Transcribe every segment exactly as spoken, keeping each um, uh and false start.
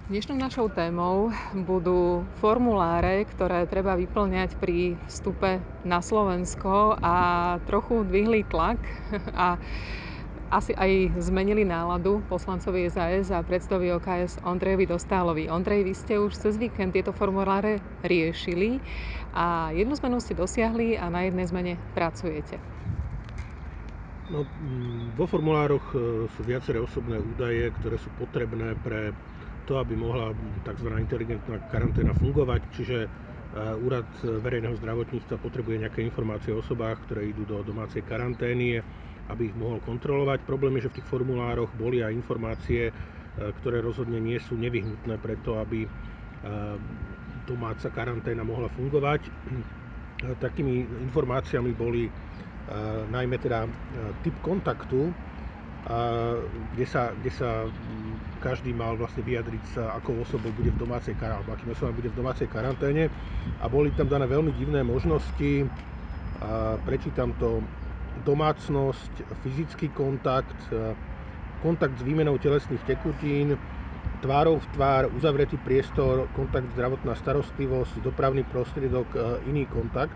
Dnešnou našou témou budú formuláre, ktoré treba vyplňať pri vstupe na Slovensko a trochu dvihli tlak a asi aj zmenili náladu poslancovi es a es a predsedovi ó ká es Ondrejovi Dostálovi. Ondrej, vy ste už cez víkend tieto formuláre riešili a jednu zmenu ste dosiahli a na jednej zmene pracujete. No, vo formulároch sú viaceré osobné údaje, ktoré sú potrebné pre to, aby mohla tzv. Inteligentná karanténa fungovať, čiže Úrad verejného zdravotníctva potrebuje nejaké informácie o osobách, ktoré idú do domácej karantény, aby ich mohol kontrolovať. Problém je, že v tých formulároch boli aj informácie, ktoré rozhodne nie sú nevyhnutné preto, aby domáca karanténa mohla fungovať. Takými informáciami boli najmä teda typ kontaktu, kde sa, kde sa každý mal vlastne vyjadriť sa, akou osobou bude v domácej karanténe, alebo akým osobou bude v domácej karanténe. A boli tam dané veľmi divné možnosti. Prečítam to: domácnosť, fyzický kontakt, kontakt s výmenou telesných tekutín, tvárou v tvár, uzavretý priestor, kontakt, zdravotná starostlivosť, dopravný prostriedok, iný kontakt.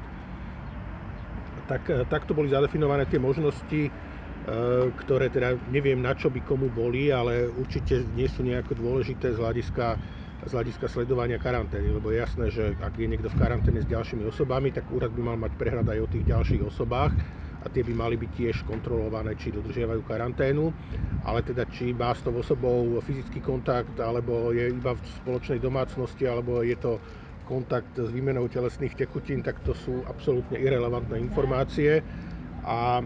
Tak, takto boli zadefinované tie možnosti, ktoré teda neviem, na čo by komu boli, ale určite nie sú nejako dôležité z hľadiska, z hľadiska sledovania karantény, lebo je jasné, že ak je niekto v karanténe s ďalšími osobami, tak úrad by mal mať prehľad aj o tých ďalších osobách a tie by mali byť tiež kontrolované, či dodržiavajú karanténu, ale teda či má s tou osobou fyzický kontakt, alebo je iba v spoločnej domácnosti, alebo je to kontakt s výmenou telesných tekutín, tak to sú absolútne irelevantné informácie a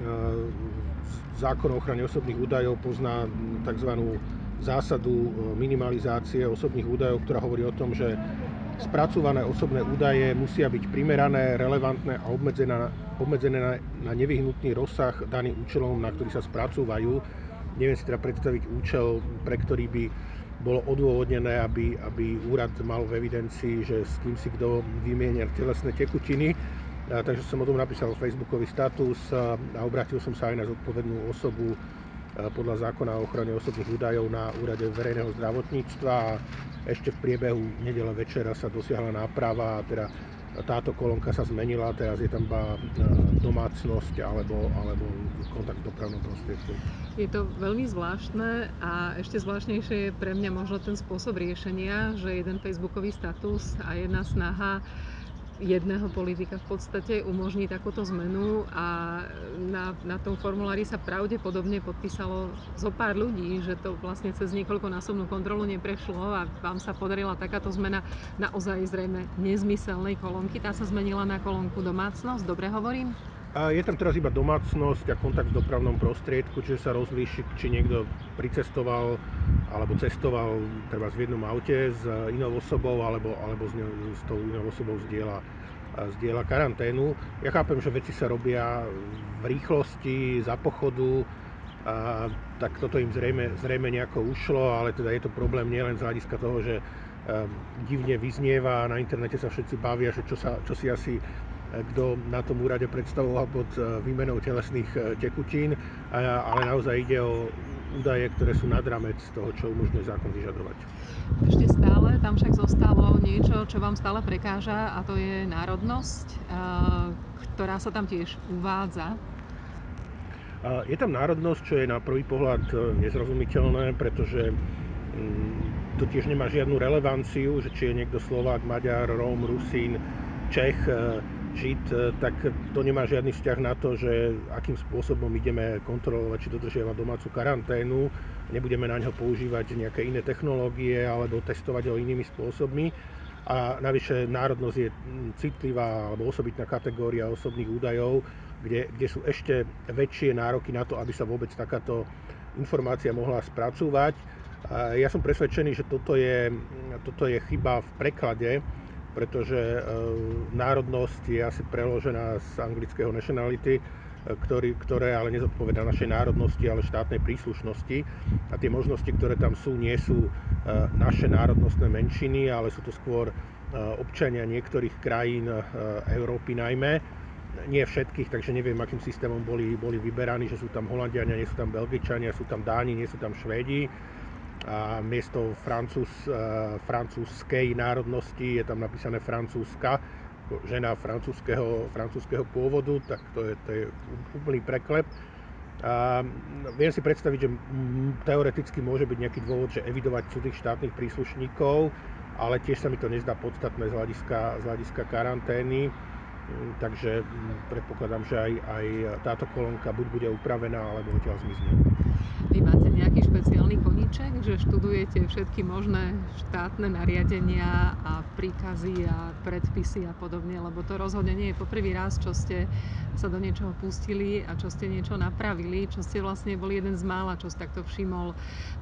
zákon o ochrane osobných údajov pozná tzv. Zásadu minimalizácie osobných údajov, ktorá hovorí o tom, že spracúvané osobné údaje musia byť primerané, relevantné a obmedzené, obmedzené na, na nevyhnutný rozsah daný účelom, na ktorý sa spracúvajú. Neviem si teda predstaviť účel, pre ktorý by bolo odôvodnené, aby, aby úrad mal v evidencii, že s kým si kto vymienia telesné tekutiny. A, takže som o tom napísal facebookový status a, a obrátil som sa aj na zodpovednú osobu a, podľa zákona o ochrane osobných údajov na Úrade verejného zdravotníctva a ešte v priebehu nedele večera sa dosiahla náprava a teda táto kolónka sa zmenila, teraz je tam iba domácnosť alebo, alebo kontakt v dopravnom prostriedku. Je to veľmi zvláštne a ešte zvláštnejšie je pre mňa možno ten spôsob riešenia, že jeden facebookový status a jedna snaha jedného politika v podstate umožní takúto zmenu a na, na tom formulári sa pravdepodobne podpísalo zo pár ľudí, že to vlastne cez niekoľkonásobnú kontrolu neprešlo a vám sa podarila takáto zmena naozaj zrejme nezmyselnej kolónky. Tá sa zmenila na kolónku domácnosť, dobre hovorím? Je tam teraz iba domácnosť a kontakt v dopravnom prostriedku, čiže sa rozlíši, či niekto pricestoval alebo cestoval treba v jednom aute s inou osobou alebo, alebo s, ňou, s tou inou osobou zdieľa, zdieľa karanténu. Ja chápem, že veci sa robia v rýchlosti, za pochodu, a, tak toto im zrejme, zrejme nejako ušlo, ale teda je to problém nielen z hľadiska toho, že um, divne vyznieva, na internete sa všetci bavia, že čo, sa, čo si asi kto na tom úrade predstavoval pod výmenou telesných tekutín, ale naozaj ide o údaje, ktoré sú nad rámec toho, čo umožňuje zákon vyžadovať. Ešte stále tam však zostalo niečo, čo vám stále prekáža, a to je národnosť, ktorá sa tam tiež uvádza. Je tam národnosť, čo je na prvý pohľad nezrozumiteľné, pretože to tiež nemá žiadnu relevanciu, že či je niekto Slovák, Maďar, Róm, Rusín, Čech, Žid, tak to nemá žiadny vzťah na to, že akým spôsobom ideme kontrolovať, či dodržiava domácu karanténu. Nebudeme na ňo používať nejaké iné technológie alebo testovať ho inými spôsobmi. A navyše národnosť je citlivá alebo osobitná kategória osobných údajov, kde, kde sú ešte väčšie nároky na to, aby sa vôbec takáto informácia mohla spracúvať. Ja som presvedčený, že toto je, toto je chyba v preklade, pretože e, národnosť je asi preložená z anglického nationality, ktorý, ktoré ale nezodpovedá našej národnosti, ale štátnej príslušnosti. A tie možnosti, ktoré tam sú, nie sú e, naše národnostné menšiny, ale sú to skôr e, občania niektorých krajín e, Európy najmä. Nie všetkých, takže neviem, akým systémom boli, boli vyberaní, že sú tam Holandiania, nie sú tam Belgičania, sú tam Dáni, nie sú tam Švédi. a miesto francúz, francúzskej národnosti je tam napísané francúzska, žena francúzského, francúzského pôvodu, tak to je, to je úplný preklep. A viem si predstaviť, že teoreticky môže byť nejaký dôvod, že evidovať cudzích štátnych príslušníkov, ale tiež sa mi to nezdá podstatné z hľadiska, z hľadiska karantény. Takže predpokladám, že aj, aj táto kolónka buď bude upravená, alebo odtiaľ zmizne. Vy máte nejaký špeciálny koníček, že študujete všetky možné štátne nariadenia a príkazy a predpisy a podobne, lebo to rozhodne nie je poprvý raz, čo ste sa do niečoho pustili a čo ste niečo napravili, čo ste vlastne boli jeden z mála, čo si takto všimol,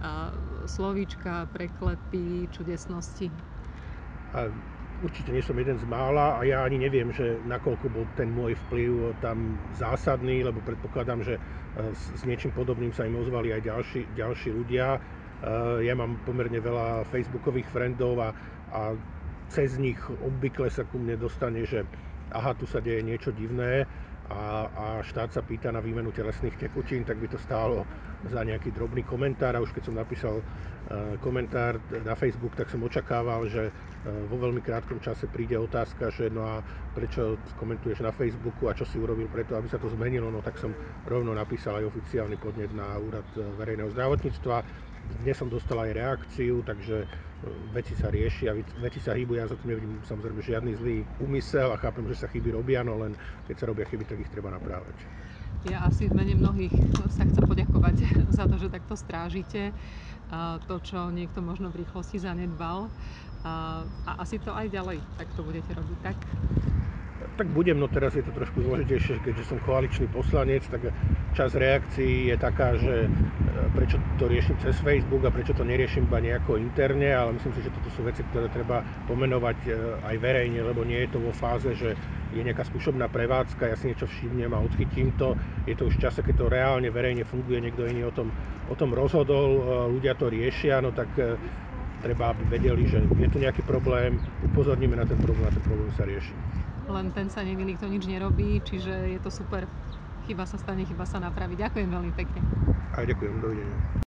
slovíčka, preklepy, čudesnosti. A určite nie som jeden z mála a ja ani neviem, že nakoľko bol ten môj vplyv tam zásadný, lebo predpokladám, že s, s niečím podobným sa im ozvali aj ďalší, ďalší ľudia. Ja mám pomerne veľa facebookových friendov a, a cez nich obvykle sa ku mne dostane, že aha, tu sa deje niečo divné a, a štát sa pýta na výmenu telesných tekutín, tak by to stálo za nejaký drobný komentár. A už keď som napísal uh, komentár na Facebook, tak som očakával, že uh, vo veľmi krátkom čase príde otázka, že no a prečo komentuješ na Facebooku a čo si urobil preto, aby sa to zmenilo. No tak som rovno napísal aj oficiálny podnet na Úrad verejného zdravotníctva. Dnes som dostal aj reakciu, takže veci sa riešia, veci sa hýbu, ja za tým nevidím samozrejme žiadny zlý úmysel a chápem, že sa chyby robia, no len keď sa robia chyby, tak ich treba naprávať. Ja asi v mene mnohých sa chcem poďakovať za to, že takto strážite to, čo niekto možno v rýchlosti zanedbal, a asi to aj ďalej takto budete robiť, tak? Tak budem, no teraz je to trošku zložitejšie, keďže som koaličný poslanec, tak časť reakcií je taká, že prečo to riešim cez Facebook a prečo to neriešim iba nejako interne, ale myslím si, že toto sú veci, ktoré treba pomenovať aj verejne, lebo nie je to vo fáze, že je nejaká skúšobná prevádzka, ja si niečo všimnem a odchytím to. Je to už v čase, keď to reálne verejne funguje, niekto iný o tom, o tom rozhodol, ľudia to riešia, no tak treba, aby vedeli, že je tu nejaký problém, upozorníme na ten problém a ten problém sa rieši. Len ten sa nemýli, kto nič nerobí, čiže je to super. Chyba sa stane, chyba sa napraví. Ďakujem veľmi pekne. Aj ďakujem, dovidenia.